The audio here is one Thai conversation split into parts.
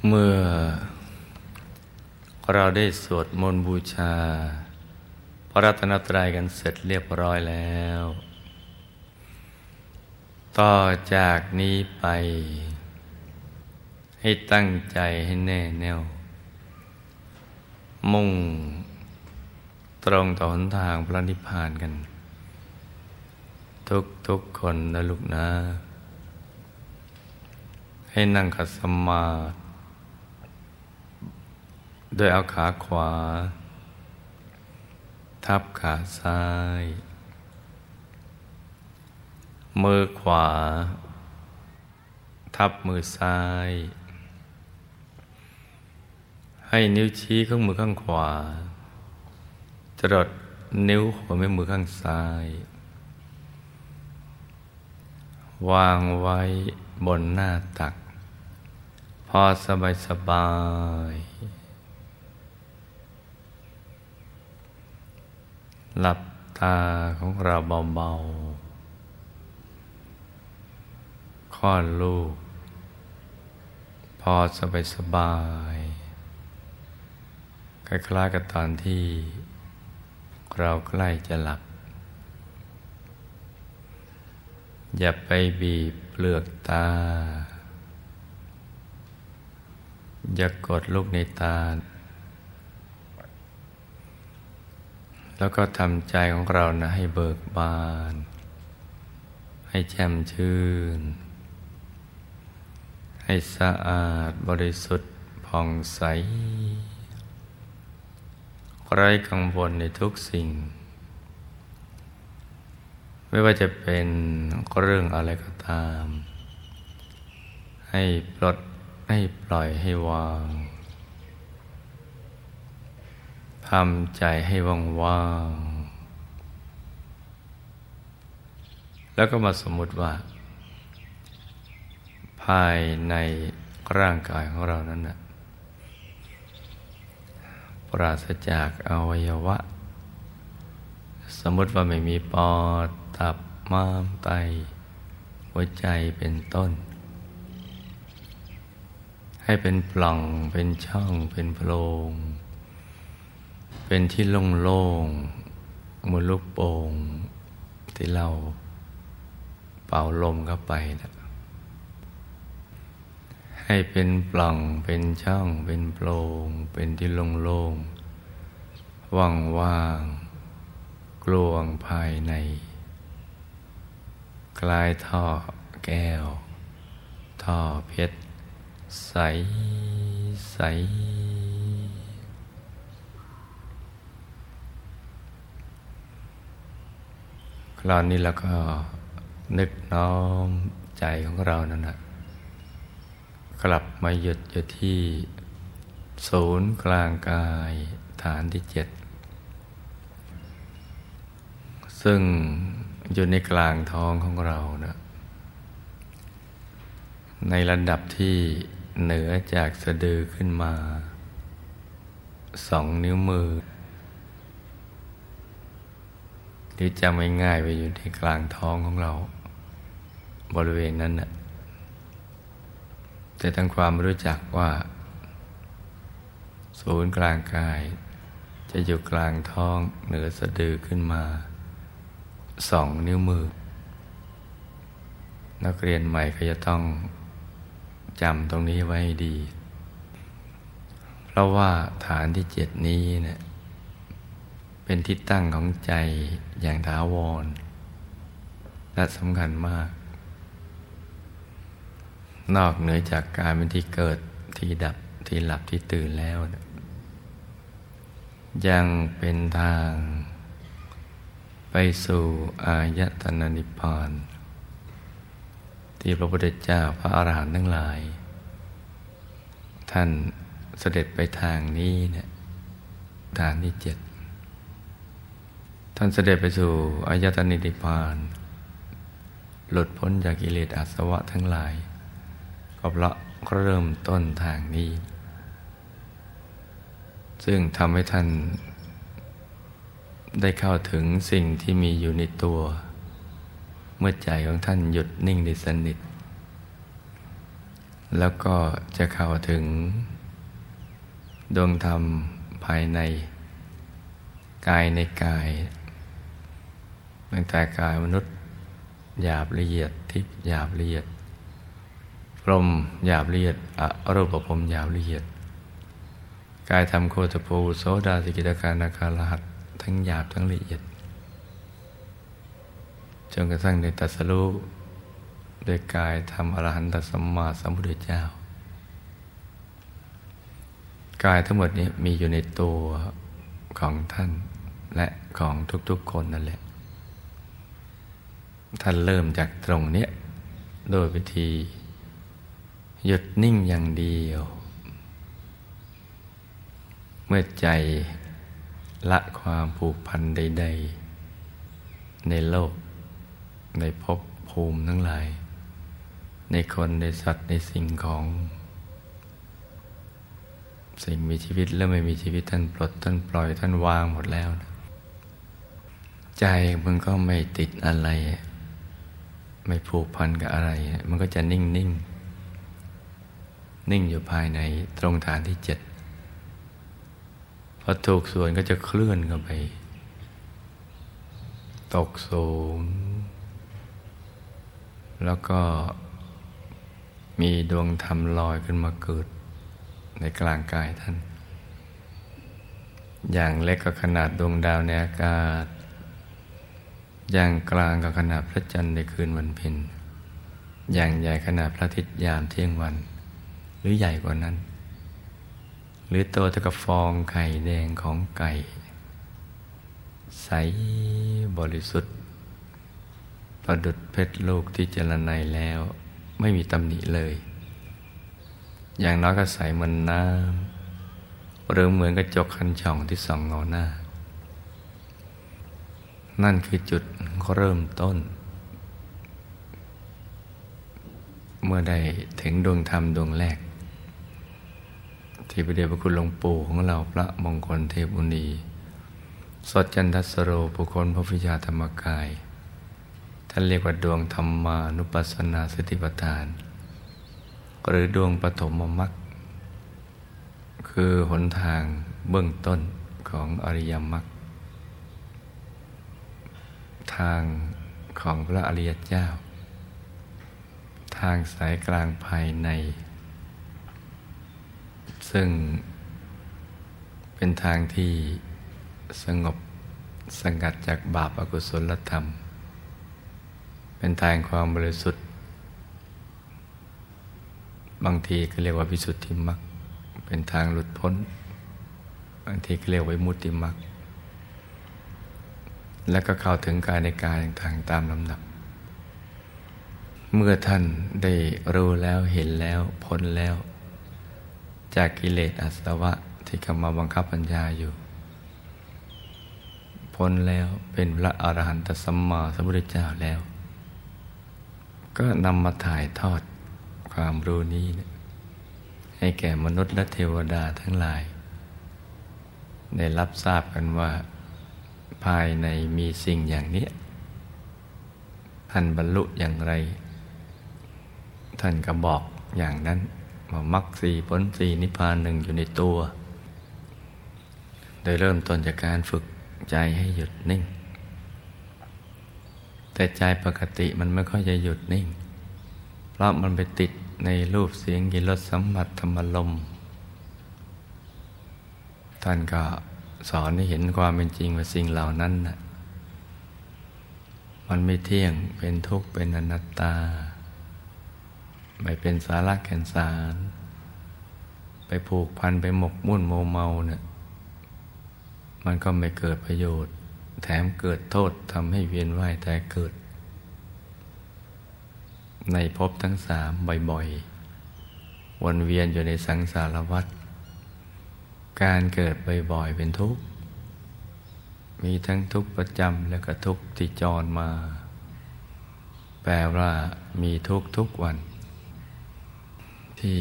เมื่อเราได้สวดมนต์บูชาพระรัตนตรัยกันเสร็จเรียบร้อยแล้วต่อจากนี้ไปให้ตั้งใจให้แน่แน่วมุ่งตรงต่อหนทางพระนิพพานกันทุกคนนะลูกนะให้นั่งขัดสมาธิโดยเอาขาขวาทับขาซ้ายมือขวาทับมือซ้ายให้นิ้วชี้ข้างมือข้างขวาจรดนิ้วหัวแม่มือข้างซ้ายวางไว้บนหน้าตักพอสบายหลับตาของเราเบาๆคลอดลูกพอสบายคล้ายๆกับตอนที่เราใกล้จะหลับอย่าไปบีบเปลือกตาอย่ากดลูกในตาแล้วก็ทำใจของเรานะให้เบิกบานให้แจ่มชื่นให้สะอาดบริสุทธิ์ผ่องใสไร้กังวลในทุกสิ่งไม่ว่าจะเป็นเรื่องอะไรก็ตามให้ปลดให้ปล่อยให้วางทำใจให้ว่างๆแล้วก็มาสมมุติว่าภายในร่างกายของเรานั้นนะปราศจากอวัยวะสมมติว่าไม่มีปอดตับม้ามไตหัวใจเป็นต้นให้เป็นปล่องเป็นช่องเป็นโพรงเป็นที่โล่งๆเหมือนลูกโป่งที่เราเป่าลมเข้าไปนะให้เป็นปล่องเป็นช่องเป็นโพรงเป็นที่โล่งๆว่างๆกลวงภายในคล้ายท่อแก้วท่อเพชรใสใสคราวนี้เราก็นึกน้อมใจของเรานั่นนะกลับมาหยุดอยู่ที่ศูนย์กลางกายฐานที่7ซึ่งอยู่ในกลางท้องของเรานะในระดับที่เหนือจากสะดือขึ้นมา2 นิ้วมือหรือจำง่ายๆไปอยู่ที่กลางท้องของเราบริเวณนั้นนะแต่ทั้งความรู้จักว่าศูนย์กลางกายจะอยู่กลางท้องเหนือสะดือขึ้นมา2 นิ้วมือนักเรียนใหม่ก็จะต้องจำตรงนี้ไว้ให้ดีเพราะว่าฐานที่7นี้เนี่ยเป็นที่ตั้งของใจอย่างถาวรและสำคัญมากนอกเหนือจากการเป็นที่เกิดที่ดับที่หลับที่ตื่นแล้วยังเป็นทางไปสู่อายตนะนิพพานที่พระพุทธเจ้าพระอรหันต์ทั้งหลายท่านเสด็จไปทางนี้เนี่ยฐานที่7ท่านเสด็จไปสู่อายตนะนิพพานหลุดพ้นจากกิเลสอาสวะทั้งหลายก็เพราะเริ่มต้นทางนี้ซึ่งทำให้ท่านได้เข้าถึงสิ่งที่มีอยู่ในตัวเมื่อใจของท่านหยุดนิ่งได้สนิทแล้วก็จะเข้าถึงดวงธรรมภายในกายในกายตั้งแต่กายมนุษย์หยาบละเอียดทิพย์หยาบละเอียดพรหมหยาบละเอียดอรูปพรหมหยาบละเอียดกายธรรมโคตภูโสดาสกิทาคานาคารหัสทั้งหยาบทั้งละเอียดจนกระทั่งได้ตรัสรู้โดยกายธรรมอรหันตสัมมาสัมพุทธเจ้ากายทั้งหมดนี้มีอยู่ในตัวของท่านและของทุกๆคนนั่นแหละท่านเริ่มจากตรงเนี้ยโดยวิธีหยุดนิ่งอย่างเดียวเมื่อใจละความผูกพันใดๆในโลกในภพภูมิทั้งหลายในคนในสัตว์ในสิ่งของสิ่งมีชีวิตและไม่มีชีวิตท่านปลดท่านปล่อยท่านวางหมดแล้วนะใจมันก็ไม่ติดอะไรไม่ผูกพันกับอะไรมันก็จะนิ่งนิ่งอยู่ภายในตรงฐานที่7พอถูกส่วนก็จะเคลื่อนเข้าไปตกสูงแล้วก็มีดวงธรรมลอยขึ้นมาเกิดในกลางกายท่านอย่างเล็กก็ขนาดดวงดาวในอากาศอย่างกลางก็ขนาดพระจันทร์ในคืนวันเพ็ญอย่างใหญ่ขนาดพระอาทิตย์ยามเที่ยงวันหรือใหญ่กว่านั้นหรือโตเท่ากับฟองไข่แดงของไก่ใสบริสุทธิ์ประดุจเพชรลูกที่เจรไนแล้วไม่มีตำหนิเลยอย่างน้อยก็ใสเหมือนน้ำหรือเหมือนกระจกคันช่องที่ส่องเงาหน้านั่นคือจุดเริ่มต้นเมื่อได้ถึงดวงธรรมดวงแรกที่พระเดชพระคุณหลวงปู่ของเราพระมงคลเทพมุนีสดจันทสโรปุคคลพระวิชาธรรมกายท่านเรียกว่าดวงธรรมานุปัสสนาสติปัฏฐานหรือดวงปฐมมรรคคือหนทางเบื้องต้นของอริยมรรคทางของพระอริยเจ้าทางสายกลางภายในซึ่งเป็นทางที่สงบสงัดจากบาปอกุศลธรรมเป็นทางความบริสุทธิ์บางทีก็เรียกว่าวิสุทธิมรรคเป็นทางหลุดพ้นบางทีก็เรียกว่าวิมุตติมรรคแล้วก็เข้าถึงกายในกายต่างๆตามลำดับเมื่อท่านได้รู้แล้วเห็นแล้วพ้นแล้วจากกิเลสอาสวะที่เข้ามาบังคับปัญญาอยู่พ้นแล้วเป็นพระอรหันตสัมมาสัมพุทธเจ้าแล้วก็นำมาถ่ายทอดความรู้นี้ให้แก่มนุษย์และเทวดาทั้งหลายได้รับทราบกันว่าภายในมีสิ่งอย่างนี้ท่านบรรลุอย่างไรท่านก็บอกอย่างนั้นว่ามรรคสี่ผลสี่นิพพานหนึ่งอยู่ในตัวโดยเริ่มต้นจากการฝึกใจให้หยุดนิ่งแต่ใจปกติมันไม่ค่อยจะหยุดนิ่งเพราะมันไปติดในรูปเสียงกลิ่นรสสัมผัสธรรมารมณ์ท่านก็สอนให้เห็นความเป็นจริงว่าสิ่งเหล่านั้นน่ะมันไม่เที่ยงเป็นทุกข์เป็นอนัตตาไม่เป็นสาระแก่นสารไปผูกพันไปหมกมุ่นโมเมาเนี่ยมันก็ไม่เกิดประโยชน์แถมเกิดโทษทำให้เวียนว่ายแต่เกิดในภพทั้งสามบ่อยๆวนเวียนอยู่ในสังสารวัฏการเกิดบ่อยๆเป็นทุกข์มีทั้งทุกข์ประจำและก็ทุกข์ที่จรมาแปลว่ามีทุกข์ทุกวันที่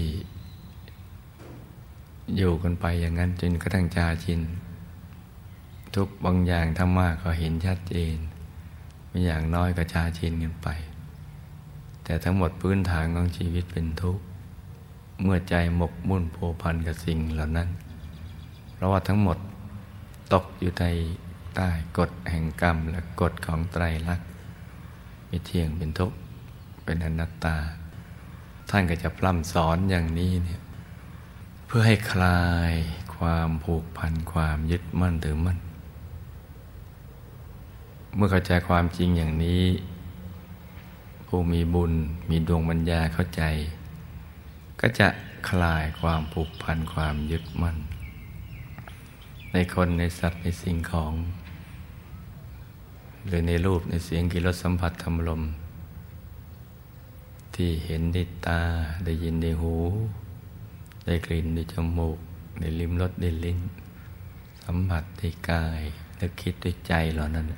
อยู่กันไปอย่างนั้นจนกระทั่งชาชินทุกบางอย่างถ้ามากก็เห็นชัดเจนบางอย่างน้อยก็ชาชินกันไปแต่ทั้งหมดพื้นฐานของชีวิตเป็นทุกข์เมื่อใจหมกมุ่นพัวพันกับสิ่งเหล่านั้นเพราะว่าทั้งหมดตกอยู่ในใต้กฎแห่งกรรมและกฎของไตรลักษณ์ไม่เที่ยงเป็นทุกข์เป็นอนัตตาท่านก็จะพร่ำสอนอย่างนี้เนี่ยเพื่อให้คลายความผูกพันความยึดมั่นถือมั่นเมื่อเข้าใจความจริงอย่างนี้ผู้มีบุญมีดวงปัญญาเข้าใจก็จะคลายความผูกพันความยึดมั่นในคนในสัตว์ในสิ่งของหรือในรูปในเสียงกลิ่นรสสัมผัสธรรมลมที่เห็นด้วยตาได้ยินด้วยหูได้กลิ่นด้วยจมูกได้ลิ้มรสด้วยลิ้นสัมผัสด้วยกายและคิดด้วยใจเหล่านั้น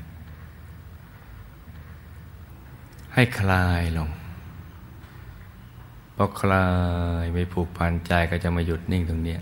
ให้คลายลงพอคลายไม่ผูกพันใจก็จะมาหยุดนิ่งตรงเนี้ย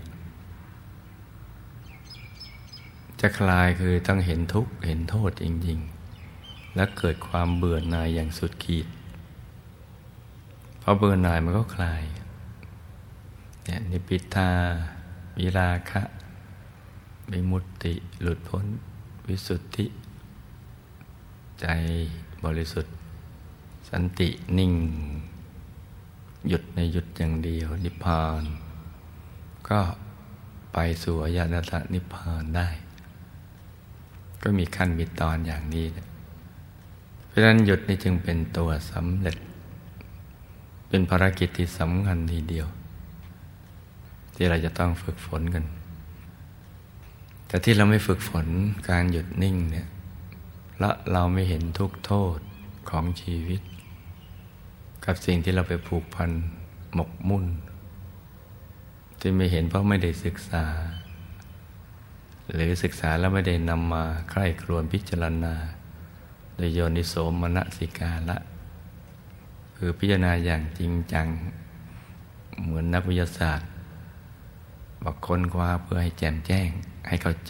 จะคลายคือต้องเห็นทุกข์เห็นโทษจริงๆและเกิดความเบื่อหน่ายอย่างสุดขีดพอเบื่อหน่ายมันก็คลายเนี่ยนิพพิทาวิราคะวิมุตติหลุดพ้นวิสุทธิใจบริสุทธิ์สันตินิ่งหยุดในหยุดอย่างเดียวนิพพานก็ไปสู่อายตนะนิพพานได้ก็มีขั้นมีตอนอย่างนี้นะเพราะฉะนั้นหยุดนี่จึงเป็นตัวสำเร็จเป็นภารกิจที่สำคัญทีเดียวที่เราจะต้องฝึกฝนกันแต่ที่เราไม่ฝึกฝนการหยุดนิ่งเนี่ยและเราไม่เห็นทุกโทษของชีวิตกับสิ่งที่เราไปผูกพันหมกมุ่นที่ไม่เห็นเพราะไม่ได้ศึกษาหรือศึกษาแล้วไม่ได้นำมาใคร่ครวญพิจารณาโดยโยนิโสมนสิการะคือพิจารณาอย่างจริงจังเหมือนนักวิทยาศาสตร์บอกค้นคว้าเพื่อให้แจ่มแจ้งให้เข้าใจ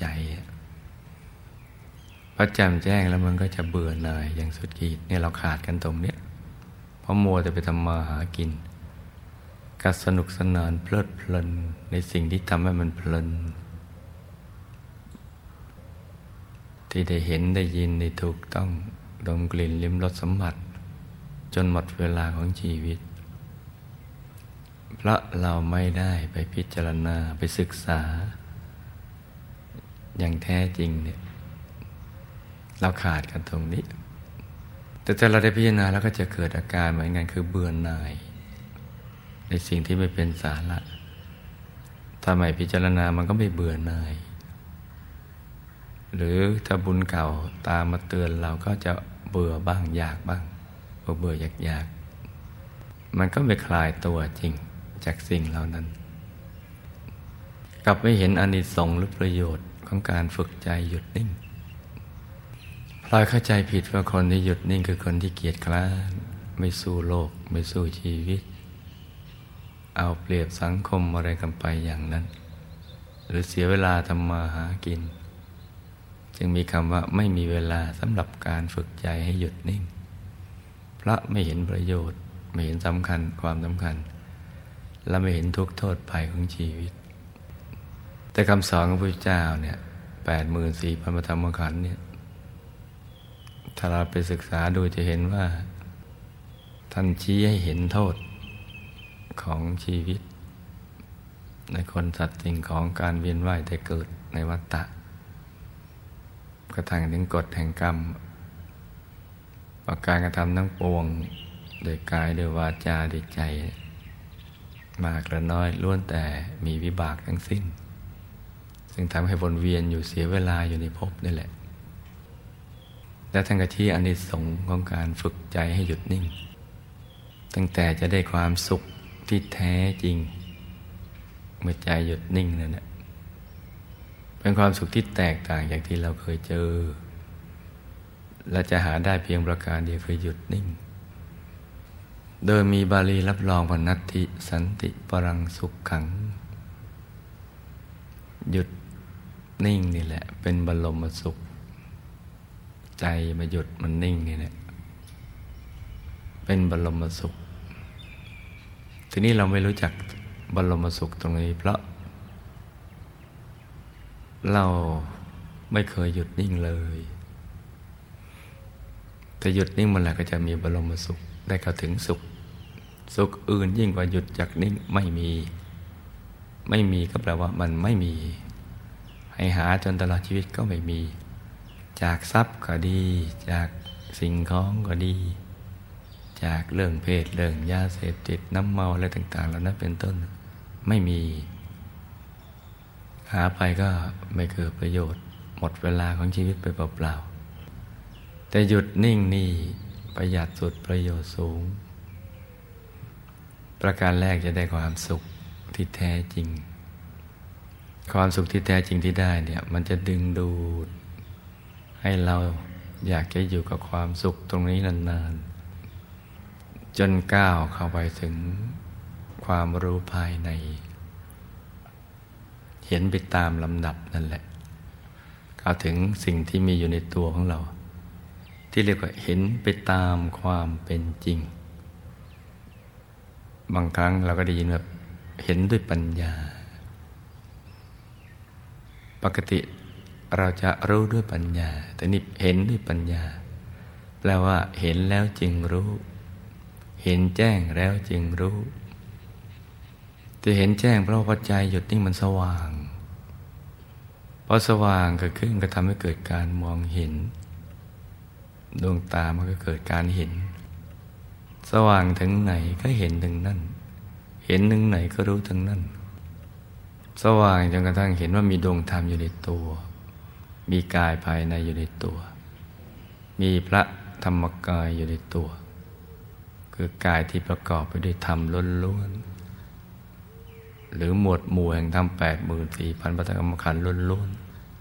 พอแจ่มแจ้งแล้วมันก็จะเบื่อหน่ายอย่างสุดขีดเนี่ยเราขาดกันตรงเนี้ยเพราะมัวแต่ไปทำมาหากินก็สนุกสนานเพลิดเพลินในสิ่งที่ทำให้มันเพลินที่ได้เห็นได้ยินได้ถูกต้องดมกลิ่นลิ้มรสสัมผัสจนหมดเวลาของชีวิตเพราะเราไม่ได้ไปพิจารณาไปศึกษาอย่างแท้จริงเนี่ยเราขาดกันตรงนี้แต่ถ้าเราได้พิจารณาแล้วก็จะเกิดอาการเหมือนกันคือเบื่อหน่ายในสิ่งที่ไม่เป็นสาระถ้าไม่พิจารณามันก็ไม่เบื่อหน่ายหรือถ้าบุญเก่าตามมาเตือนเราก็จะเบื่อบ้างอยากบ้างเบื่ออยากมันก็ไม่คลายตัวจริงจากสิ่งเหล่านั้นกลับไม่เห็นอานิสงส์หรือประโยชน์ของการฝึกใจหยุดนิ่งพลอยเข้าใจผิดว่าคนที่หยุดนิ่งคือคนที่เกียจคร้านไม่สู้โลกไม่สู้ชีวิตเอาเปรียบสังคมอะไรกันไปอย่างนั้นหรือเสียเวลาทำมาหากินจึงมีคำว่าไม่มีเวลาสำหรับการฝึกใจให้หยุดนิ่งเพราะไม่เห็นประโยชน์ไม่เห็นสำคัญความสำคัญและไม่เห็นทุกข์โทษภัยของชีวิตแต่คำสอนของพระพุทธเจ้าเนี่ย 84,000 พระธรรมขันธ์เนี่ยถ้าเราไปศึกษาดูจะเห็นว่าท่านชี้ให้เห็นโทษของชีวิตในคนสัตว์สิ่งของการเวียนว่ายแต่เกิดในวัฏฏะกระทั่งถึงกฎแห่งกรรมว่าการกระทำทั้งปวงโดยกายโดยวาจาโดยใจมากหรือน้อยล้วนแต่มีวิบากทั้งสิ้นซึ่งทำให้วนเวียนอยู่เสียเวลาอยู่ในภพนี่แหละและท่านก็ชี้อานิสงส์ของการฝึกใจให้หยุดนิ่งตั้งแต่จะได้ความสุขที่แท้จริงเมื่อใจหยุดนิ่งนั่นแหละเป็นความสุขที่แตกต่างจากที่เราเคยเจอและจะหาได้เพียงประการเดียวคือหยุดนิ่งโดยมีบาลีรับรองว่านัตถิสันติปรังสุขขังหยุดนิ่งนี่แหละเป็นบรมสุขใจมาหยุดมันนิ่งนี่แหละเป็นบรมสุขทีนี้เราไม่รู้จักบรมสุขตรงนี้เพราะเราไม่เคยหยุดนิ่งเลยแต่หยุดนิ่งมันแหละก็จะมีบรมสุขได้เข้าถึงสุขอื่นยิ่งกว่าหยุดจากนิ่งไม่มีก็แปลว่ามันไม่มีให้หาจนตลอดชีวิตก็ไม่มีจากทรัพย์ก็ดีจากสิ่งของก็ดีจากเรื่องเพศเรื่องยาเสพติดน้ำเมาอะไรต่างๆเหล่านั้นเป็นต้นไม่มีหาไปก็ไม่เกิดประโยชน์หมดเวลาของชีวิตไปเปล่าๆแต่หยุดนิ่งนี่ประหยัดสุดประโยชน์สูงประการแรกจะได้ความสุขที่แท้จริงความสุขที่แท้จริงที่ได้เนี่ยมันจะดึงดูดให้เราอยากจะอยู่กับความสุขตรงนี้นานๆจนก้าวเข้าไปถึงความรู้ภายในเห็นไปตามลำดับนั่นแหละเข้าถึงสิ่งที่มีอยู่ในตัวของเราที่เรียกว่าเห็นไปตามความเป็นจริงบางครั้งเราก็ได้ยินแบบเห็นด้วยปัญญาปกติเราจะรู้ด้วยปัญญาแต่นี่เห็นด้วยปัญญาแปลว่าเห็นแล้วจึงรู้เห็นแจ้งแล้วจึงรู้จะเห็นแจ้งเพราะว่าใจหยุดนิ่งมันสว่างพอสว่างเกิดขึ้นก็ทำให้เกิดการมองเห็นดวงตามันก็เกิดการเห็นสว่างถึงไหนก็เห็นถึงนั่นเห็นถึงไหนก็รู้ถึงนั่นสว่างจนกระทั่งเห็นว่ามีดวงธรรมอยู่ในตัวมีกายภายในอยู่ในตัวมีพระธรรมกายอยู่ในตัวคือกายที่ประกอบไปด้วยธรรมล้วนๆหรือหมวดหมู่แห่งธรรม 84,000 พระธรรมขันธ์ล้วน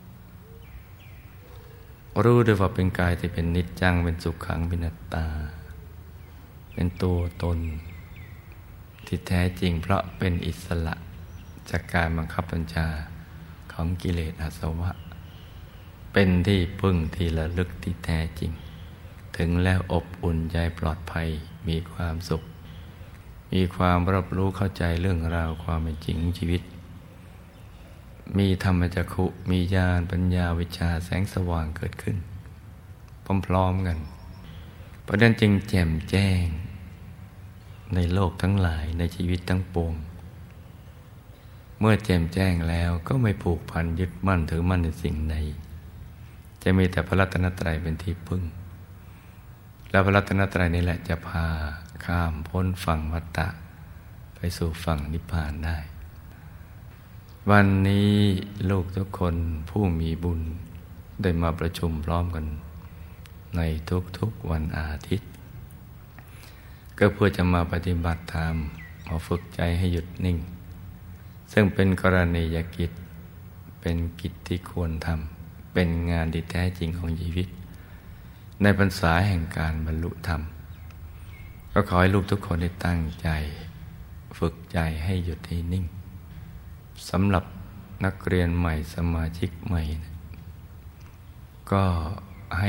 ๆรู้ด้วยว่าเป็นกายที่เป็นนิจจังเป็นสุขขังเป็นอนัตตาเป็นตัวตนที่แท้จริงเพราะเป็นอิสระจากการบังคับบัญชาของกิเลสอาสวะเป็นที่พึ่งที่ระลึกที่แท้จริงถึงแล้วอบอุ่นใจปลอดภัยมีความสุขมีความรับรู้เข้าใจเรื่องราวความเป็นจริงของชีวิตมีธรรมจักขุมีญาณปัญญาวิชาแสงสว่างเกิดขึ้นพร้อมๆกันเพราะนั้นจึงแจ่มแจ้งในโลกทั้งหลายในชีวิตทั้งปวงเมื่อแจ่มแจ้งแล้วก็ไม่ผูกพันยึดมั่นถือมั่นในสิ่งใดจะมีแต่พระรัตนตรัยเป็นที่พึ่งแล้วพระรัตนตรัยนี่แหละจะพาข้ามพ้นฝั่งวัฏฏะไปสู่ฝั่งนิพพานได้วันนี้ลูกทุกคนผู้มีบุญได้มาประชุมพร้อมกันในทุกๆวันอาทิตย์ก็เพื่อจะมาปฏิบัติธรรมมาฝึกใจให้หยุดนิ่งซึ่งเป็นกรณียกิจเป็นกิจที่ควรทำเป็นงานที่แท้จริงของชีวิตในพรรษาแห่งการบรรลุธรรมก็ขอให้ลูกทุกคนได้ตั้งใจฝึกใจให้หยุดให้นิ่งสำหรับนักเรียนใหม่สมาชิกใหม่ก็ให้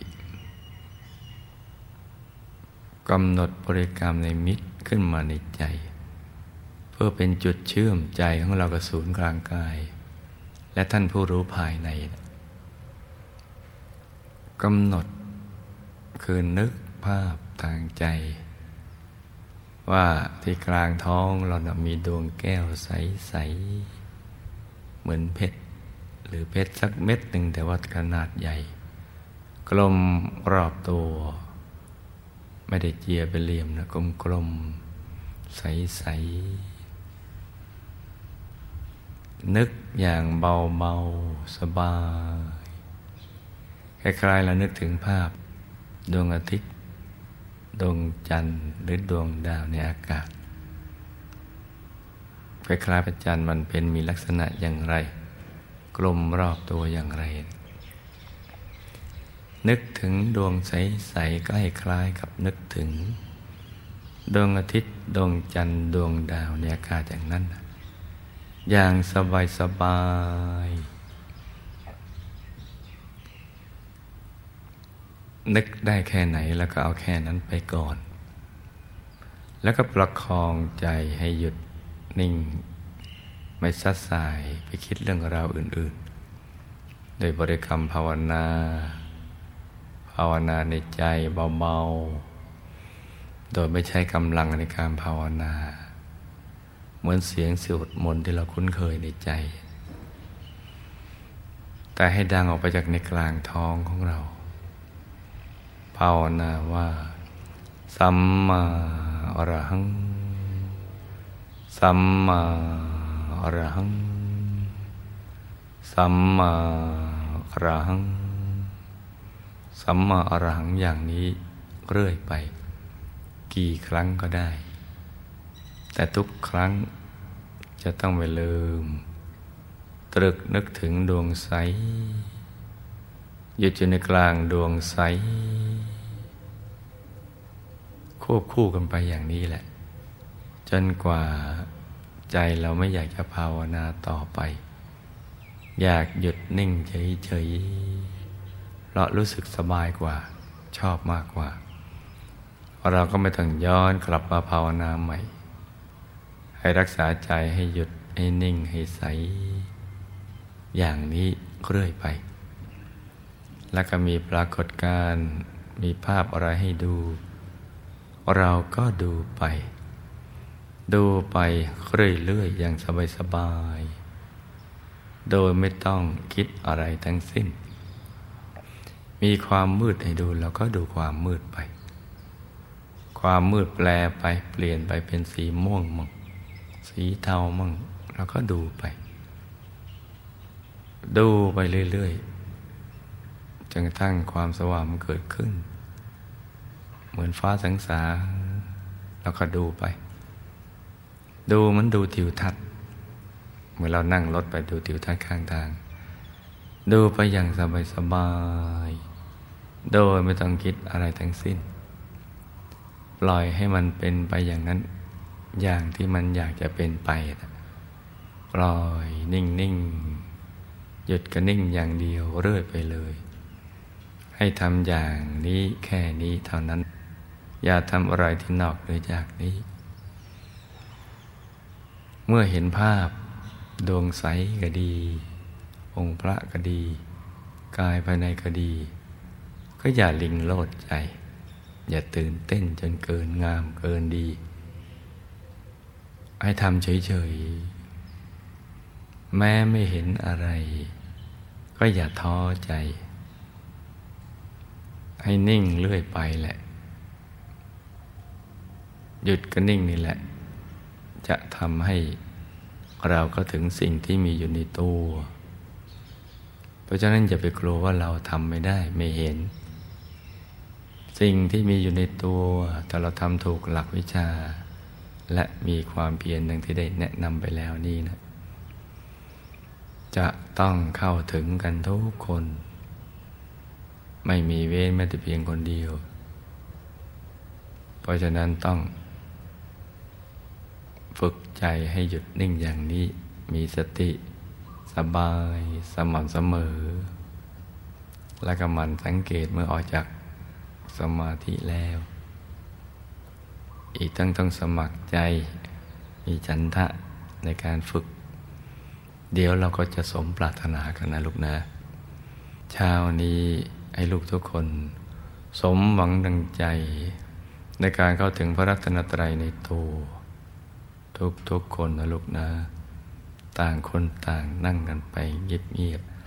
กำหนดบริกรรมในมิตรขึ้นมาในใจเพื่อเป็นจุดเชื่อมใจของเรากับศูนย์กลางกายและท่านผู้รู้ภายในกำหนดคือนึกภาพทางใจว่าที่กลางท้องเรามีดวงแก้วใสๆเหมือนเพชรหรือเพชรสักเม็ดหนึ่งแต่ว่าขนาดใหญ่กลมรอบตัวไม่ได้เจียเป็นเหลี่ยมนะกลมๆใสๆนึกอย่างเบาๆสบายคล้ายๆเรานึกถึงภาพดวงอาทิตย์ดวงจันทร์หรือดวงดาวในอากาศคล้ายๆพระจันทร์มันเป็นมีลักษณะอย่างไรกลมรอบตัวอย่างไรนึกถึงดวงใสๆก็ให้คล้ายกับนึกถึงดวงอาทิตย์ดวงจันทร์ดวงดาวในอากาศอย่างนั้นอย่างสบายนึกได้แค่ไหนแล้วก็เอาแค่นั้นไปก่อนแล้วก็ประคองใจให้หยุดนิ่งไม่ซัดสายไปคิดเรื่องราวอื่นๆโดยบริกรรมภาวนาในใจเบาๆโดยไม่ใช้กำลังในการภาวนาเหมือนเสียงสวดมนต์ที่เราคุ้นเคยในใจแต่ให้ดังออกไปจากในกลางท้องของเราภาวนาว่าสัมมาอรหังสัมมาอรหังสัมมาอรหังสัมมาอรหังอย่างนี้เรื่อยไปกี่ครั้งก็ได้แต่ทุกครั้งจะต้องไม่ลืมตรึกนึกถึงดวงใสหยุดอยู่ในกลางดวงใสควบคู่กันไปอย่างนี้แหละจนกว่าใจเราไม่อยากจะภาวนาต่อไปอยากหยุดนิ่งเฉยๆเพราะรู้สึกสบายกว่าชอบมากกว่าเราก็ไม่ต้องย้อนกลับมาภาวนาใหม่ให้รักษาใจให้หยุดให้นิ่งให้ใสอย่างนี้เรื่อยไปแล้วก็มีปรากฏการณ์มีภาพอะไรให้ดูเราก็ดูไปเรื่อยๆอย่างสบายๆโดยไม่ต้องคิดอะไรทั้งสิ้นมีความมืดให้ดูเราก็ดูความมืดไปความมืดแปลไปเปลี่ยนไปเป็นสีม่วงมั่งสีเทามั่งเราก็ดูไปเรื่อยๆจนกระทั่งความสว่างมันเกิดขึ้นเหมือนฟ้าสางๆแล้วก็ดูไปดูมันดูทิวทัศน์เหมือนเรานั่งรถไปดูทิวทัศน์ข้างทางดูไปอย่างสบายๆโดยไม่ต้องคิดอะไรทั้งสิ้นปล่อยให้มันเป็นไปอย่างนั้นอย่างที่มันอยากจะเป็นไปปล่อยนิ่งๆหยุดก็นิ่งอย่างเดียวเรื่อยไปเลยให้ทำอย่างนี้แค่นี้เท่านั้นอย่าทำอะไรที่นอกเหนือจากนี้เมื่อเห็นภาพดวงใสก็ดีองค์พระก็ดีกายภายในก็ดีก็อย่าลิงโลดใจอย่าตื่นเต้นจนเกินงามเกินดีให้ทำเฉยๆแม้ไม่เห็นอะไรก็อย่าท้อใจให้นิ่งเรื่อยไปแหละหยุดก็นิ่งนี่แหละจะทำให้เราก็ถึงสิ่งที่มีอยู่ในตัวเพราะฉะนั้นอย่าไปกลัวว่าเราทำไม่ได้ไม่เห็นสิ่งที่มีอยู่ในตัวถ้าเราทำถูกหลักวิชาและมีความเพียรดังที่ได้แนะนำไปแล้วนี่นะจะต้องเข้าถึงกันทุกคนไม่มีเว้นแม้แต่เพียงคนเดียวเพราะฉะนั้นต้องฝึกใจให้หยุดนิ่งอย่างนี้มีสติสบายสม่ำเสมอและก็หมั่นสังเกตเมื่อออกจากสมาธิแล้วอีกทั้งต้องสมัครใจมีฉันทะในการฝึกเดี๋ยวเราก็จะสมปรารถนากันนะลูกนะเช้านี้ให้ลูกทุกคนสมหวังดังใจในการเข้าถึงพระรัตนตรัยในตัวทุกคนนะลูกนะต่างคนต่างนั่งกันไปเงียบ